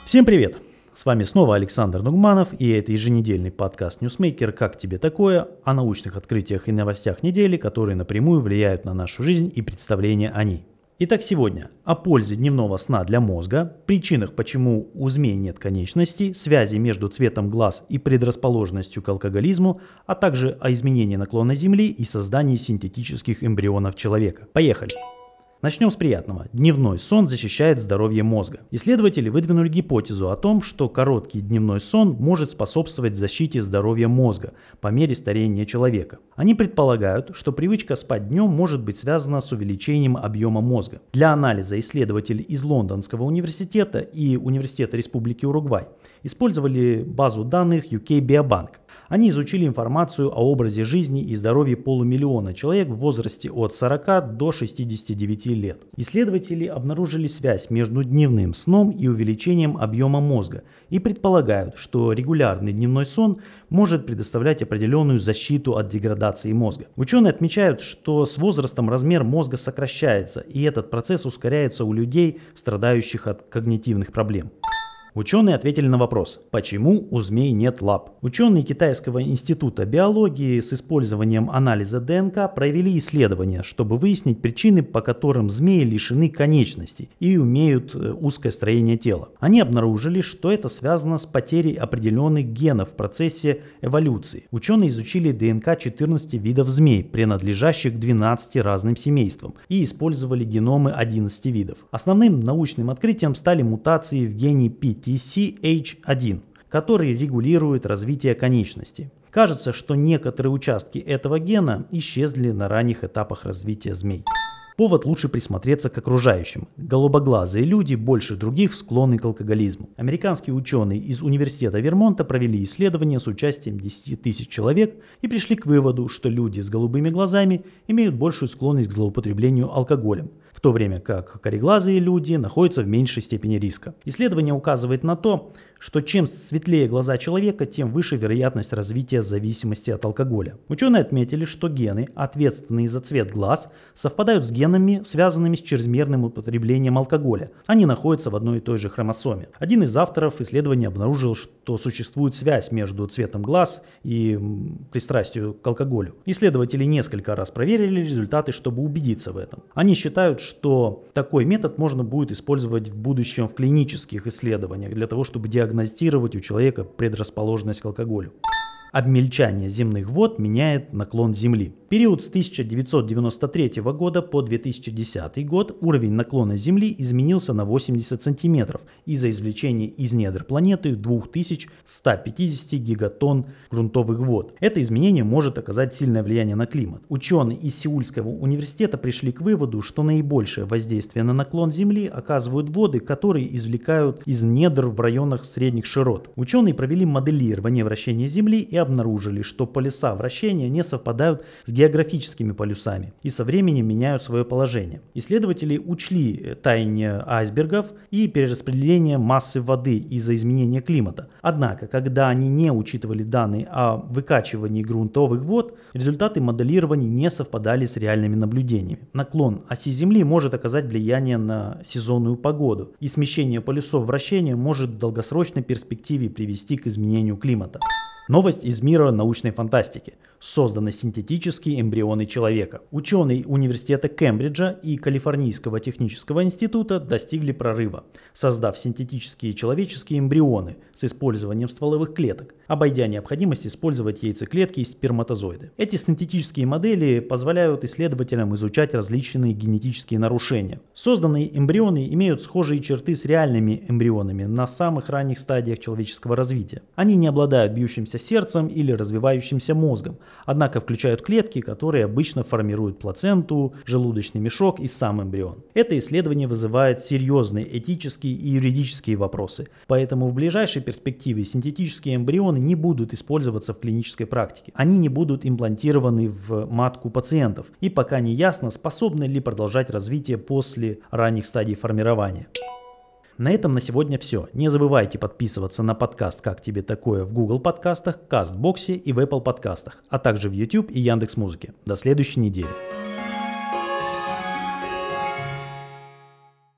Всем привет! С вами снова Александр Нугманов, и это еженедельный подкаст Newsmaker «Как тебе такое?» о научных открытиях и новостях недели, которые напрямую влияют на нашу жизнь и представление о ней. Итак, сегодня о пользе дневного сна для мозга, причинах, почему у змей нет конечностей, связи между цветом глаз и предрасположенностью к алкоголизму, а также о изменении наклона Земли и создании синтетических эмбрионов человека. Поехали! Начнем с приятного. Дневной сон защищает здоровье мозга. Исследователи выдвинули гипотезу о том, что короткий дневной сон может способствовать защите здоровья мозга по мере старения человека. Они предполагают, что привычка спать днем может быть связана с увеличением объема мозга. Для анализа исследователи из Лондонского университета и Университета Республики Уругвай использовали базу данных UK Biobank. Они изучили информацию о образе жизни и здоровье полумиллиона человек в возрасте от 40 до 69 лет. Исследователи обнаружили связь между дневным сном и увеличением объема мозга и предполагают, что регулярный дневной сон может предоставлять определенную защиту от деградации мозга. Ученые отмечают, что с возрастом размер мозга сокращается, и этот процесс ускоряется у людей, страдающих от когнитивных проблем. Ученые ответили на вопрос, почему у змей нет лап. Ученые Китайского института биологии с использованием анализа ДНК провели исследования, чтобы выяснить причины, по которым змеи лишены конечностей и имеют узкое строение тела. Они обнаружили, что это связано с потерей определенных генов в процессе эволюции. Ученые изучили ДНК 14 видов змей, принадлежащих к 12 разным семействам, и использовали геномы 11 видов. Основным научным открытием стали мутации в гене PTCH1, который регулирует развитие конечностей. Кажется, что некоторые участки этого гена исчезли на ранних этапах развития змей. Повод лучше присмотреться к окружающим. Голубоглазые люди больше других склонны к алкоголизму. Американские ученые из Университета Вермонта провели исследование с участием 10 тысяч человек и пришли к выводу, что люди с голубыми глазами имеют большую склонность к злоупотреблению алкоголем, в то время как кореглазые люди находятся в меньшей степени риска. Исследование указывает на то, что чем светлее глаза человека, тем выше вероятность развития зависимости от алкоголя. Ученые отметили, что гены, ответственные за цвет глаз, совпадают с генами, связанными с чрезмерным употреблением алкоголя. Они находятся в одной и той же хромосоме. Один из авторов исследования обнаружил, что существует связь между цветом глаз и пристрастием к алкоголю. Исследователи несколько раз проверили результаты, чтобы убедиться в этом. Они считают, что такой метод можно будет использовать в будущем в клинических исследованиях для того, чтобы диагностировать у человека предрасположенность к алкоголю. Обмельчание земных вод меняет наклон Земли. В период с 1993 года по 2010 год уровень наклона Земли изменился на 80 сантиметров из-за извлечения из недр планеты 2150 гигатонн грунтовых вод. Это изменение может оказать сильное влияние на климат. Ученые из Сеульского университета пришли к выводу, что наибольшее воздействие на наклон Земли оказывают воды, которые извлекают из недр в районах средних широт. Ученые провели моделирование вращения Земли и обнаружили, что полюса вращения не совпадают с географическими полюсами и со временем меняют свое положение. Исследователи учли таяние айсбергов и перераспределение массы воды из-за изменения климата. Однако, когда они не учитывали данные о выкачивании грунтовых вод, результаты моделирования не совпадали с реальными наблюдениями. Наклон оси Земли может оказать влияние на сезонную погоду, и смещение полюсов вращения может в долгосрочной перспективе привести к изменению климата. Новость из мира научной фантастики. Созданы синтетические эмбрионы человека. Ученые университета Кембриджа и Калифорнийского технического института достигли прорыва, создав синтетические человеческие эмбрионы с использованием стволовых клеток, обойдя необходимость использовать яйцеклетки и сперматозоиды. Эти синтетические модели позволяют исследователям изучать различные генетические нарушения. Созданные эмбрионы имеют схожие черты с реальными эмбрионами на самых ранних стадиях человеческого развития. Они не обладают бьющимся сердцем или развивающимся мозгом, однако включают клетки, которые обычно формируют плаценту, желудочный мешок и сам эмбрион. Это исследование вызывает серьезные этические и юридические вопросы, поэтому в ближайшей перспективе синтетические эмбрионы не будут использоваться в клинической практике. Они не будут имплантированы в матку пациентов, и пока не ясно, способны ли продолжать развитие после ранних стадий формирования. На этом на сегодня все. Не забывайте подписываться на подкаст «Как тебе такое» в Google подкастах, Кастбоксе и в Apple подкастах, а также в YouTube и Яндекс.Музыке. До следующей недели.